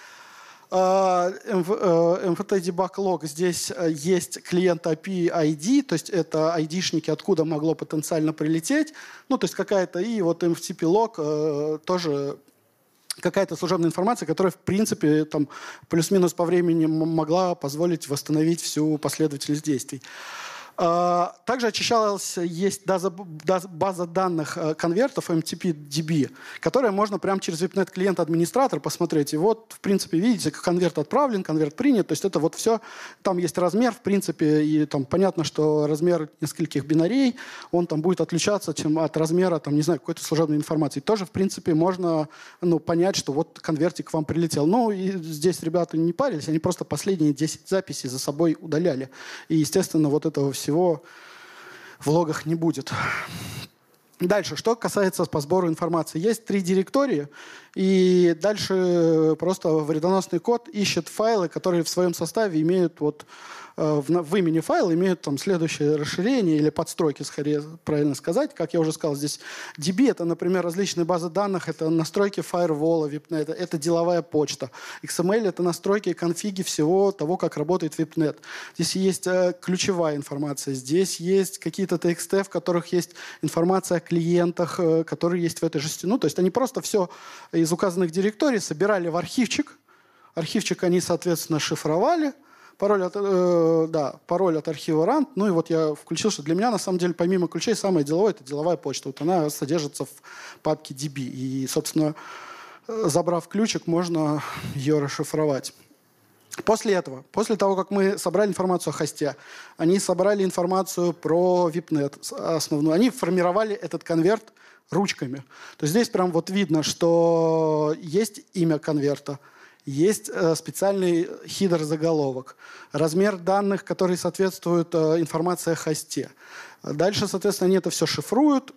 MVT Debug Log, здесь есть клиент API ID, то есть это ID-шники, откуда могло потенциально прилететь. То есть какая-то, и вот MFTP Log тоже какая-то служебная информация, которая, в принципе, плюс-минус по времени могла позволить восстановить всю последовательность действий. Также очищалась, есть база данных конвертов MTP-DB, которая можно прямо через VIPNet клиент-администратор посмотреть. И вот, в принципе, видите, конверт отправлен, конверт принят. То есть это вот все. Там есть размер, в принципе, и там понятно, что размер нескольких бинарей, он там будет отличаться от размера, какой-то служебной информации. Тоже, в принципе, можно понять, что вот конвертик вам прилетел. И здесь ребята не парились, они просто последние 10 записей за собой удаляли. И, естественно, вот этого всего в логах не будет. Дальше, что касается по сбору информации. Есть 3 директории, и дальше просто вредоносный код ищет файлы, которые в своем составе имеют в имени файла имеют следующее расширение или подстройки, скорее правильно сказать. Как я уже сказал, здесь DB — это, например, различные базы данных, это настройки фаервола, VIPNet, это деловая почта. XML — это настройки и конфиги всего того, как работает VIPNet. Здесь есть ключевая информация, здесь есть какие-то TXT, в которых есть информация о клиентах, которые есть в этой же стене. То есть они просто все из указанных директорий собирали в архивчик. Архивчик они, соответственно, шифровали. Пароль от архива rand. И вот я включил, что для меня, на самом деле, помимо ключей, самое деловое — это деловая почта. Вот она содержится в папке DB. И, собственно, забрав ключик, можно ее расшифровать. После того, как мы собрали информацию о хосте, они собрали информацию про VIPNet основную. Они формировали этот конверт ручками. То есть здесь прям видно, что есть имя конверта, есть специальный хидер-заголовок, размер данных, который соответствует информации о хосте. Дальше, соответственно, они это все шифруют,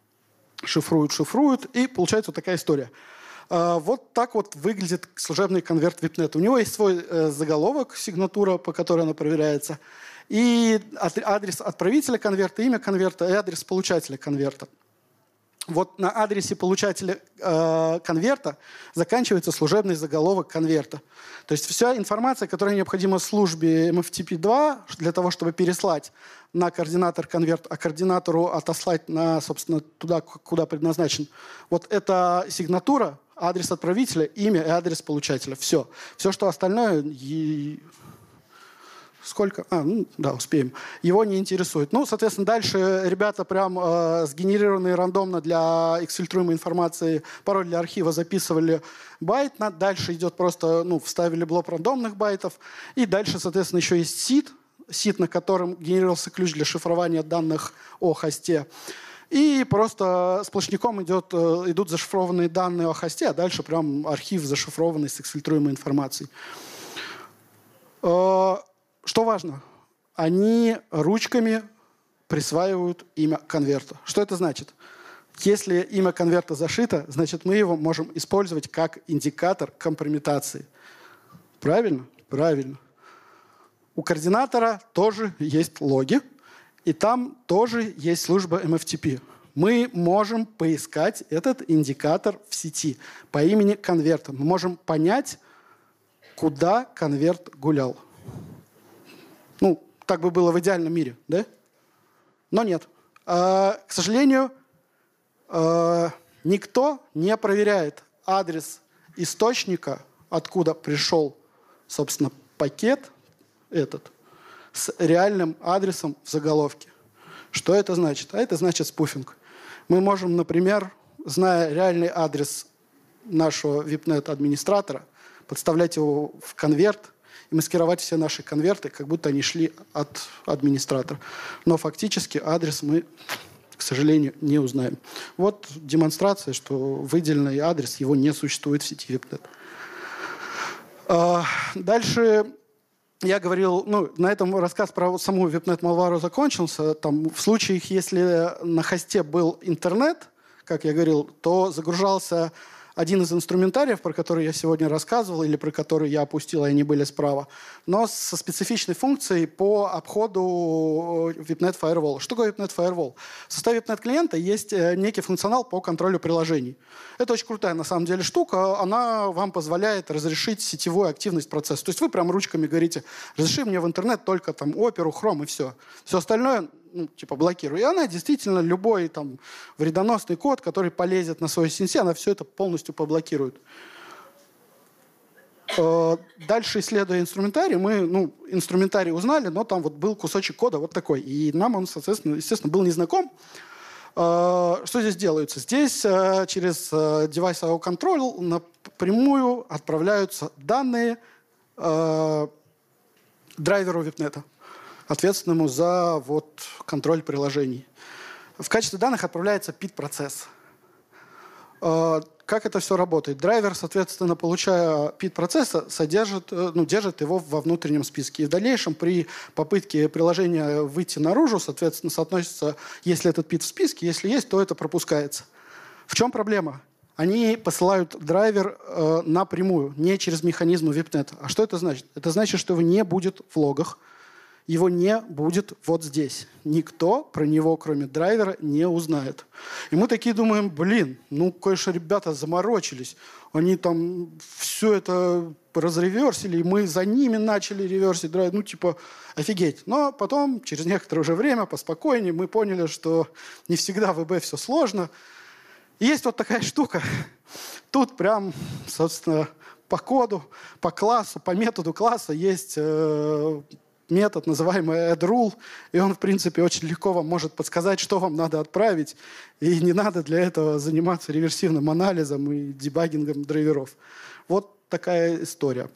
и получается вот такая история. Вот так вот выглядит служебный конверт VIPNet. У него есть свой заголовок, сигнатура, по которой она проверяется, и адрес отправителя конверта, имя конверта и адрес получателя конверта. Вот на адресе получателя конверта заканчивается служебный заголовок конверта. То есть вся информация, которая необходима службе MFTP2 для того, чтобы переслать на координатор конверт, а координатору отослать собственно, туда, куда предназначен. Вот это сигнатура, адрес отправителя, имя и адрес получателя. Все. Все, что остальное... Сколько? Успеем. Его не интересует. Соответственно, дальше ребята прям сгенерированные рандомно для эксфильтруемой информации пароль для архива записывали байт. Дальше идет просто, вставили блок рандомных байтов. И дальше, соответственно, еще есть сид, на котором генерировался ключ для шифрования данных о хосте. И просто сплошняком идут зашифрованные данные о хосте, а дальше прям архив зашифрованный с эксфильтруемой информацией. Что важно? Они ручками присваивают имя конверта. Что это значит? Если имя конверта зашито, значит, мы его можем использовать как индикатор компрометации. Правильно? Правильно. У координатора тоже есть логи, и там тоже есть служба MFTP. Мы можем поискать этот индикатор в сети по имени конверта. Мы можем понять, куда конверт гулял. Ну, так бы было в идеальном мире, да? Но нет. К сожалению, никто не проверяет адрес источника, откуда пришел, собственно, пакет этот, с реальным адресом в заголовке. Что это значит? А это значит спуфинг. Мы можем, например, зная реальный адрес нашего VIPNet-администратора, подставлять его в конверт и маскировать все наши конверты, как будто они шли от администратора. Но фактически адрес мы, к сожалению, не узнаем. Вот демонстрация, что выделенный адрес, его не существует в сети VIPNet. Дальше я говорил, на этом рассказ про саму VIPNet Malware закончился. Там, в случаях, если на хосте был интернет, как я говорил, то загружался один из инструментариев, про который я сегодня рассказывал, или про который я опустил, и они были справа, но со специфичной функцией по обходу VIPNet Firewall. Что такое VIPNet Firewall? В составе VIPNet клиента есть некий функционал по контролю приложений. Это очень крутая, на самом деле, штука. Она вам позволяет разрешить сетевую активность процесса. То есть вы прям ручками говорите, разреши мне в интернет только там Opera, Chrome и все. Все остальное блокирую. И она действительно любой там вредоносный код, который полезет на свой CNC, она все это полностью поблокирует. Дальше, исследуя инструментарий, мы инструментарий узнали, но там вот был кусочек кода вот такой. И нам он, соответственно, естественно, был незнаком. Что здесь делается? Здесь через Device IO Control напрямую отправляются данные драйверу VIPNet, ответственному за контроль приложений. В качестве данных отправляется PID-процесс. Как это все работает? Драйвер, соответственно, получая PID-процесса, держит его во внутреннем списке. И в дальнейшем при попытке приложения выйти наружу, соответственно, соотносится, если этот PID в списке, если есть, то это пропускается. В чем проблема? Они посылают драйвер напрямую, не через механизмы VIPNet. А что это значит? Это значит, что его не будет в логах, его не будет вот здесь. Никто про него, кроме драйвера, не узнает. И мы такие думаем, конечно, ребята заморочились. Они там все это разреверсили, и мы за ними начали реверсить драйвер. Офигеть. Но потом, через некоторое уже время, поспокойнее, мы поняли, что не всегда в ВБ все сложно. И есть вот такая штука. Тут прям, собственно, по коду, по классу, по методу класса есть метод, называемый addRule, и он, в принципе, очень легко вам может подсказать, что вам надо отправить, и не надо для этого заниматься реверсивным анализом и дебагингом драйверов. Вот такая история.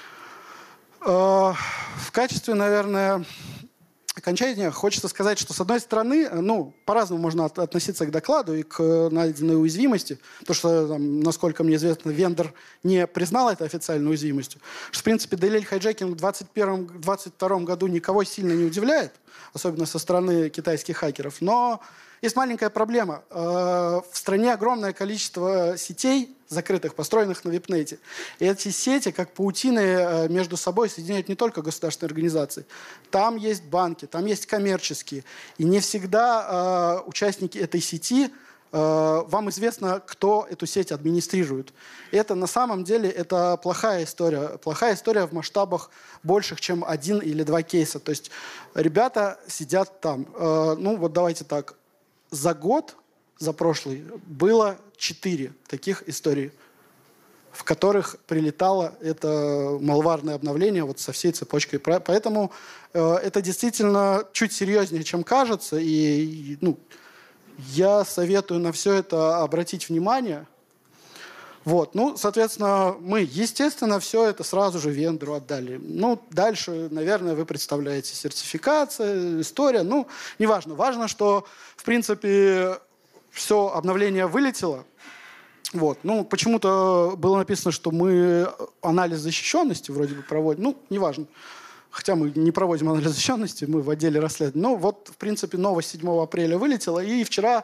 В качестве, наверное, окончания хочется сказать, что, с одной стороны, по-разному можно относиться к докладу и к найденной уязвимости, потому что, насколько мне известно, вендор не признал это официальной уязвимостью. Что, в принципе, DLL-хайджекинг в 2022 году никого сильно не удивляет, особенно со стороны китайских хакеров. Но есть маленькая проблема. В стране огромное количество сетей закрытых, построенных на VIPNet. И эти сети, как паутины, между собой соединяют не только государственные организации. Там есть банки, там есть коммерческие. И не всегда участники этой сети, вам известно, кто эту сеть администрирует. И это на самом деле это плохая история. Плохая история в масштабах больших, чем 1 или 2 кейса. То есть ребята сидят там. Давайте так. За год, за прошлый, было 4 таких истории, в которых прилетало это малварное обновление со всей цепочкой. Поэтому это действительно чуть серьезнее, чем кажется. И я советую на все это обратить внимание. Соответственно, мы, естественно, все это сразу же вендору отдали. Дальше, наверное, вы представляете сертификация, история. Неважно. Важно, что, в принципе, все обновление вылетело. Почему-то было написано, что мы анализ защищенности вроде бы проводим. Неважно. Хотя мы не проводим анализ защищенности, мы в отделе расследования. В принципе, новость 7 апреля вылетела. И вчера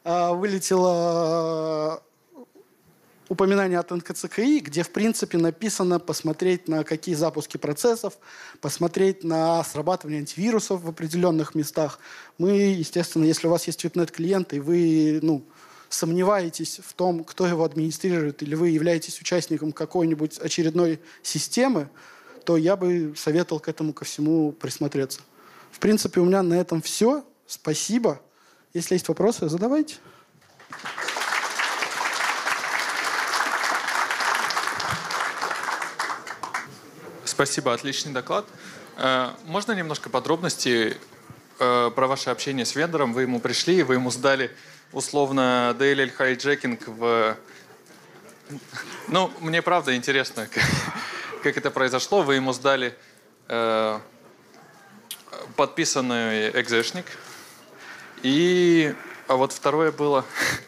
вылетело упоминание от НКЦКИ, где, в принципе, написано посмотреть на какие запуски процессов, посмотреть на срабатывание антивирусов в определенных местах. Мы, естественно, если у вас есть VIPNet-клиент, и вы сомневаетесь в том, кто его администрирует, или вы являетесь участником какой-нибудь очередной системы, то я бы советовал к этому ко всему присмотреться. В принципе, у меня на этом все. Спасибо. Если есть вопросы, задавайте. Спасибо, отличный доклад. Можно немножко подробностей про ваше общение с вендором? Вы ему пришли, вы ему сдали условно DLL хайджекинг в... Ну, мне правда интересно, как это произошло. Вы ему сдали подписанный экзешник. А вот второе было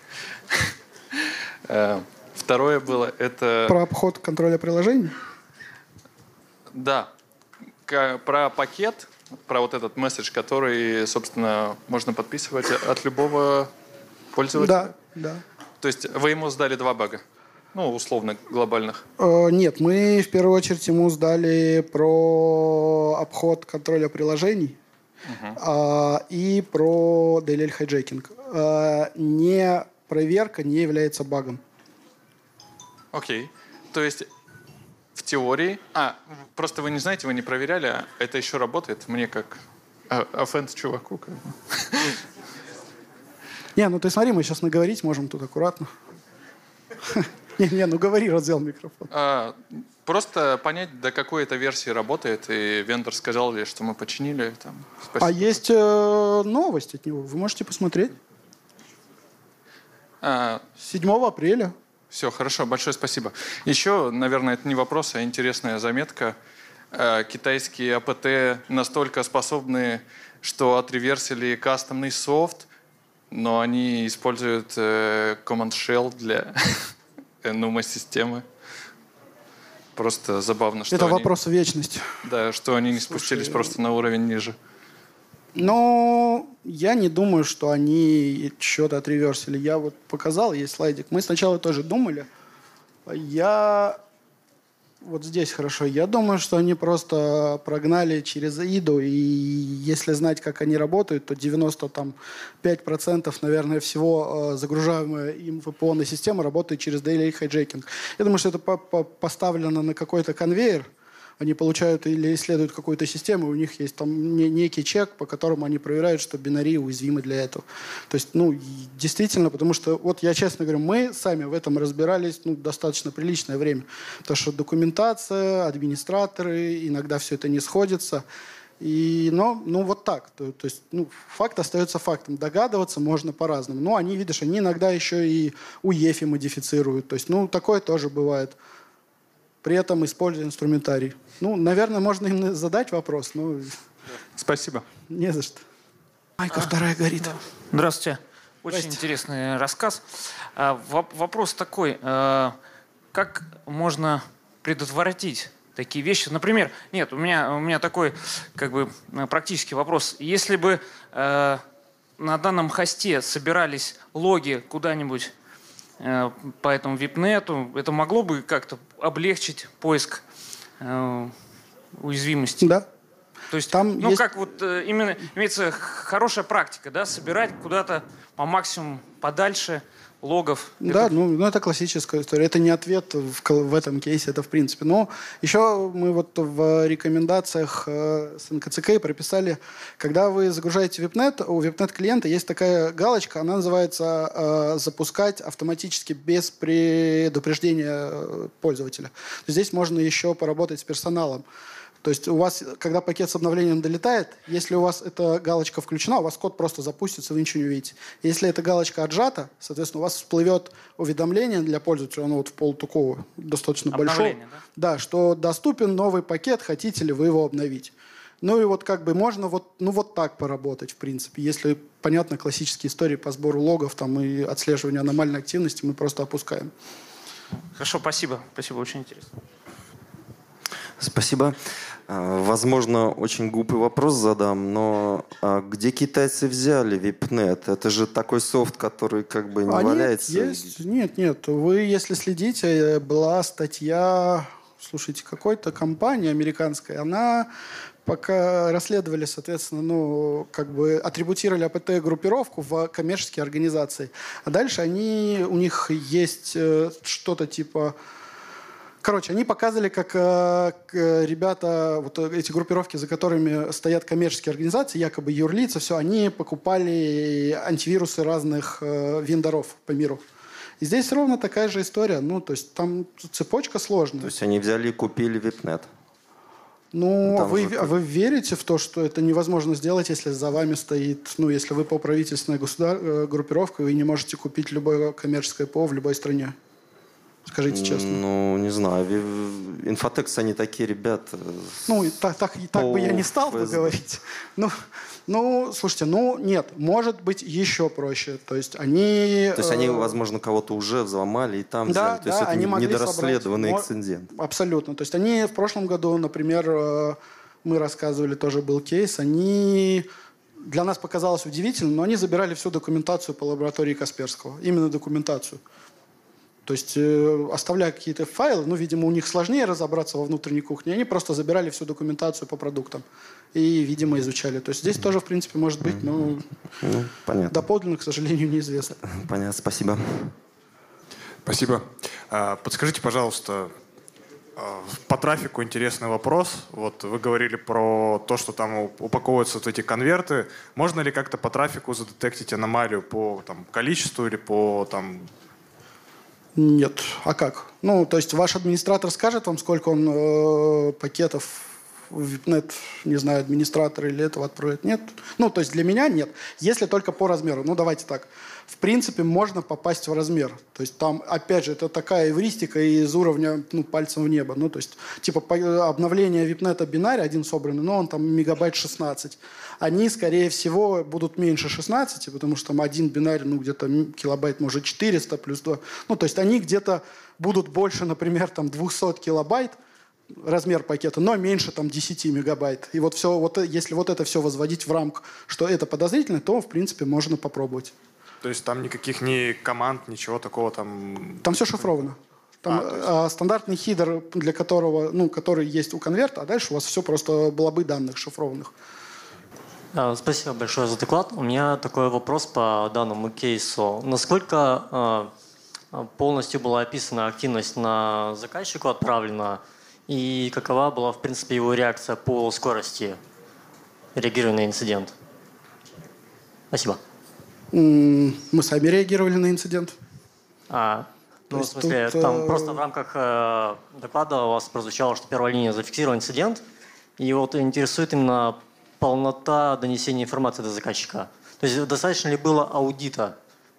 это... Про обход контроля приложений? Да, про пакет, про вот этот месседж, который, собственно, можно подписывать от любого пользователя. Да. То есть вы ему сдали 2 бага, условно, глобальных? Нет, мы в первую очередь ему сдали про обход контроля приложений и про DLL хайджекинг. Не проверка не является багом. Окей. То есть в теории... просто вы не знаете, вы не проверяли, а это еще работает? Мне как оффенд чуваку. Не, ты смотри, мы сейчас наговорить можем тут аккуратно. Говори, развел микрофон. Просто понять, до какой это версии работает, и вендор сказал ли, что мы починили. Спасибо. А есть новость от него, вы можете посмотреть. 7 апреля. Все, хорошо, большое спасибо. Еще, наверное, это не вопрос, а интересная заметка. Китайские АПТ настолько способны, что отреверсили кастомный софт, но они используют Command Shell для NUMA-системы. Просто забавно, что это вопрос вечности. Да, что они не спустились просто на уровень ниже. Но я не думаю, что они что-то отреверсили. Я вот показал, есть слайдик. Мы сначала тоже думали. Вот здесь хорошо. Я думаю, что они просто прогнали через IDO, и если знать, как они работают, то 95%, наверное, всего загружаемой им в ВПО на систему работает через DLL хайджекинг. Я думаю, что это поставлено на какой-то конвейер. Они получают или исследуют какую-то систему, у них есть там некий чек, по которому они проверяют, что бинарии уязвимы для этого. То есть, действительно, потому что, вот я честно говорю, мы сами в этом разбирались достаточно приличное время. Потому что документация, администраторы, иногда все это не сходится. Но вот так. То есть, факт остается фактом. Догадываться можно по-разному. Но они, видишь, они иногда еще и УЕФИ модифицируют. То есть, такое тоже бывает. При этом используя инструментарий. Наверное, можно им задать вопрос, но... Спасибо. Не за что. Майка вторая горит. Да. Здравствуйте. Очень интересный рассказ. Вопрос такой. Как можно предотвратить такие вещи? Например, у меня такой практический вопрос. Если бы на данном хосте собирались логи куда-нибудь по этому VIPNet, это могло бы как-то облегчить поиск уязвимости? Да. То есть, там есть... именно имеется хорошая практика, да, собирать куда-то по максимуму подальше логов. Да, это классическая история. Это не ответ в этом кейсе, это в принципе. Но еще мы в рекомендациях с НКЦК прописали, когда вы загружаете VIPNet, у VIPNet клиента есть такая галочка, она называется «Запускать автоматически без предупреждения пользователя». Здесь можно еще поработать с персоналом. То есть у вас, когда пакет с обновлением долетает, если у вас эта галочка включена, у вас код просто запустится, вы ничего не увидите. Если эта галочка отжата, соответственно, у вас всплывет уведомление для пользователя, оно в полтукого, достаточно большое. Да, что доступен новый пакет, хотите ли вы его обновить. Можно вот так поработать, в принципе. Если, понятно, классические истории по сбору логов и отслеживанию аномальной активности мы просто опускаем. Хорошо, спасибо. Спасибо, очень интересно. Спасибо. Возможно, очень глупый вопрос задам, но где китайцы взяли VIPNet? Это же такой софт, который как бы не валяется. Есть. Нет. Вы, если следите, была статья, слушайте, какой-то компании американской, она пока расследовали, соответственно, как бы атрибутировали АПТ-группировку в коммерческие организации. А дальше у них есть что-то типа... Короче, они показывали, как ребята, вот эти группировки, за которыми стоят коммерческие организации, якобы юрлица, все, они покупали антивирусы разных вендоров по миру. И здесь ровно такая же история. То есть там цепочка сложная. То есть они взяли и купили VIPNet? Вы верите в то, что это невозможно сделать, если за вами стоит, если вы правительственная группировка, и вы не можете купить любое коммерческое ПО в любой стране? Скажите честно. Не знаю. Инфотекс, они такие ребята. Так бы я не стал бы говорить. Слушайте, нет, может быть еще проще. То есть они, возможно, кого-то уже взломали и там взяли. То есть это они могли недорасследованный инцидент. Абсолютно. То есть они в прошлом году, например, мы рассказывали, тоже был кейс, они... Для нас показалось удивительным, но они забирали всю документацию по лаборатории Касперского. Именно документацию. То есть, оставляя какие-то файлы, видимо, у них сложнее разобраться во внутренней кухне, они просто забирали всю документацию по продуктам и, видимо, изучали. То есть здесь тоже, в принципе, может быть, но понятно. Доподлинно, к сожалению, неизвестно. Понятно, спасибо. Спасибо. Подскажите, пожалуйста, по трафику интересный вопрос. Вот вы говорили про то, что там упаковываются вот эти конверты. Можно ли как-то по трафику задетектить аномалию по количеству или по Нет. А как? То есть ваш администратор скажет вам, сколько он пакетов в VIPNet, не знаю, администратор или этого отправляет? Нет. То есть для меня нет. Если только по размеру. Давайте так. В принципе, можно попасть в размер. То есть там, опять же, это такая эвристика из уровня пальцем в небо. То есть, обновление VIPNet бинарь один собранный, но он там мегабайт 16. Они, скорее всего, будут меньше 16, потому что там один бинарь, где-то килобайт, может, 400 плюс 2. То есть они где-то будут больше, например, 200 килобайт, размер пакета, но меньше 10 мегабайт. И если это все возводить в рамку, что это подозрительно, то, в принципе, можно попробовать. То есть там никаких ни команд, ничего такого там... Там все шифровано. Там стандартный хидер, для которого, который есть у конверта, а дальше у вас все просто блобы данных шифрованных. Спасибо большое за доклад. У меня такой вопрос по данному кейсу. Насколько полностью была описана активность на заказчику отправлена, и какова была, в принципе, его реакция по скорости реагирования на инцидент? Спасибо. Мы сами реагировали на инцидент. В смысле, там просто в рамках доклада у вас прозвучало, что первая линия зафиксировала инцидент, и интересует именно полнота донесения информации до заказчика. То есть достаточно ли было аудита?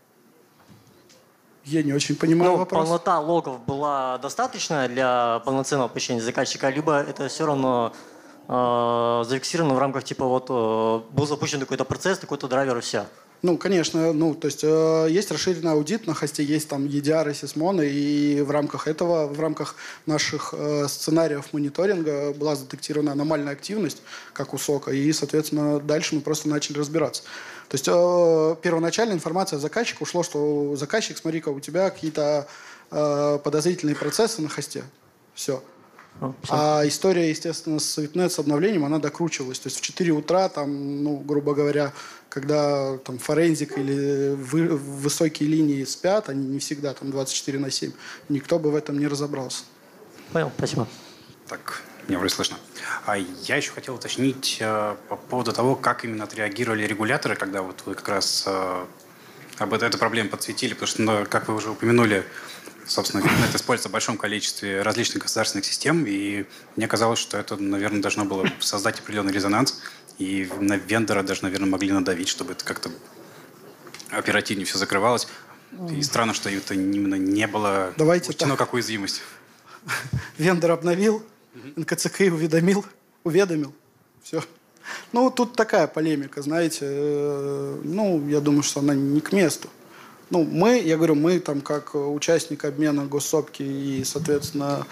Я не очень понимаю вопрос. Полнота логов была достаточна для полноценного посещения заказчика, либо это все равно зафиксировано в рамках был запущен какой-то процесс, какой-то драйвер и все? Конечно. То есть есть расширенный аудит, на хосте есть там EDR и Sysmon, и в рамках этого, в рамках наших сценариев мониторинга была задетектирована аномальная активность, как у сока, и, соответственно, дальше мы просто начали разбираться. То есть первоначальная информация заказчика ушла, что заказчик, смотри-ка, у тебя какие-то подозрительные процессы на хосте. Все. А история, естественно, с VIPNet, с обновлением, она докручивалась. То есть в 4 утра, грубо говоря, когда форензик или высокие линии спят, они не всегда 24/7, никто бы в этом не разобрался. Понял, спасибо. Так, меня вроде слышно. Я еще хотел уточнить по поводу того, как именно отреагировали регуляторы, когда вы как раз об этой проблеме подсветили, потому что, как вы уже упомянули, собственно, это используется в большом количестве различных государственных систем, и мне казалось, что это, наверное, должно было создать определенный резонанс, и на вендора даже, наверное, могли надавить, чтобы это как-то оперативнее все закрывалось. И странно, что это именно не было учтено как уязвимость. Вендор обновил, НКЦК уведомил. Все. Тут такая полемика, знаете. Я думаю, что она не к месту. Мы как участник обмена госсопки и, соответственно,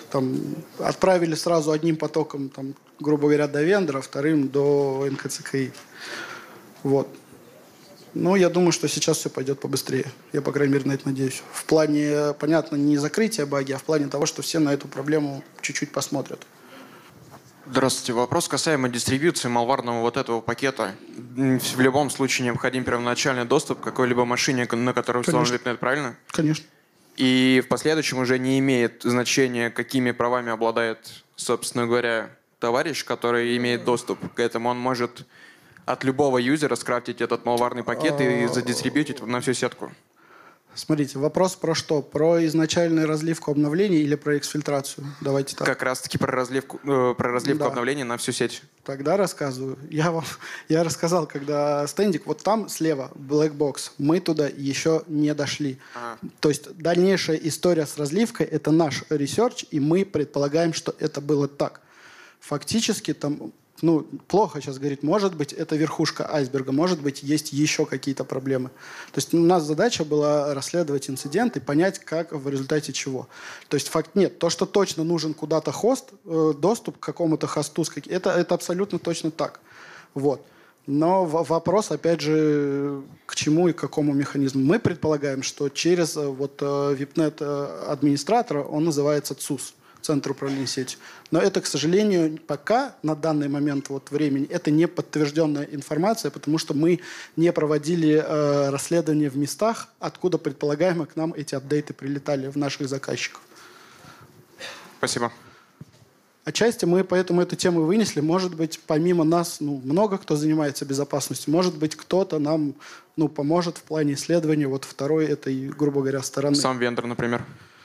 там, отправили сразу одним потоком, там, грубо говоря, до вендора, вторым до НКЦКИ. Вот. Но я думаю, что сейчас все пойдет побыстрее. Я, по крайней мере, на это надеюсь. В плане, понятно, не закрытия баги, а в плане того, что все на эту проблему чуть-чуть посмотрят. Здравствуйте. Вопрос касаемо дистрибьюции малварного вот этого пакета. В любом случае необходим первоначальный доступ к какой-либо машине, на которой установлен VIPNet, правильно? Конечно. И в последующем уже не имеет значения, какими правами обладает, собственно говоря, товарищ, который имеет доступ к этому. Он может от любого юзера скрафтить этот малварный пакет и задистрибьютить на всю сетку. Смотрите, вопрос про что? Про изначальную разливку обновлений или про эксфильтрацию? Давайте так. Как раз-таки про разливку Да. обновлений на всю сеть. Тогда рассказываю. Я рассказал, когда стендик, вот там слева, black box, мы туда еще не дошли. То есть дальнейшая история с разливкой – это наш ресерч, и мы предполагаем, что это было так. Фактически там... плохо сейчас говорить, может быть, это верхушка айсберга, может быть, есть еще какие-то проблемы. То есть у нас задача была расследовать инцидент и понять, как в результате чего. То есть факт нет. То, что точно нужен куда-то хост, доступ к какому-то хосту, это абсолютно точно так. Вот. Но вопрос, опять же, к чему и к какому механизму. Мы предполагаем, что через VIPNet администратора, он называется ЦУС. Центр управления сетью. Но это, к сожалению, пока на данный момент времени это не подтвержденная информация, потому что мы не проводили расследования в местах, откуда предполагаемо к нам эти апдейты прилетали в наших заказчиков. Спасибо. Отчасти мы поэтому эту тему вынесли. Может быть, помимо нас много кто занимается безопасностью. Может быть, кто-то нам поможет в плане исследования второй этой, грубо говоря, стороны. Сам вендор, например.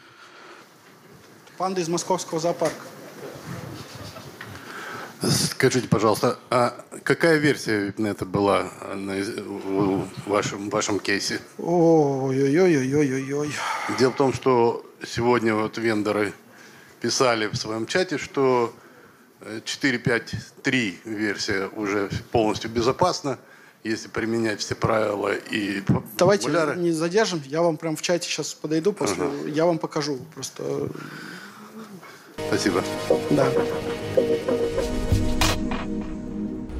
Панда из московского зоопарка. Скажите, пожалуйста, а какая версия VIPNet была в вашем кейсе? Ой-ой-ой-ой-ой-ой. Дело в том, что сегодня вендоры писали в своем чате, что 4.5.3 версия уже полностью безопасна, если применять все правила и Давайте формуляры. не задержим. Я вам прям в чате сейчас подойду, я вам покажу. Просто... Спасибо. Да.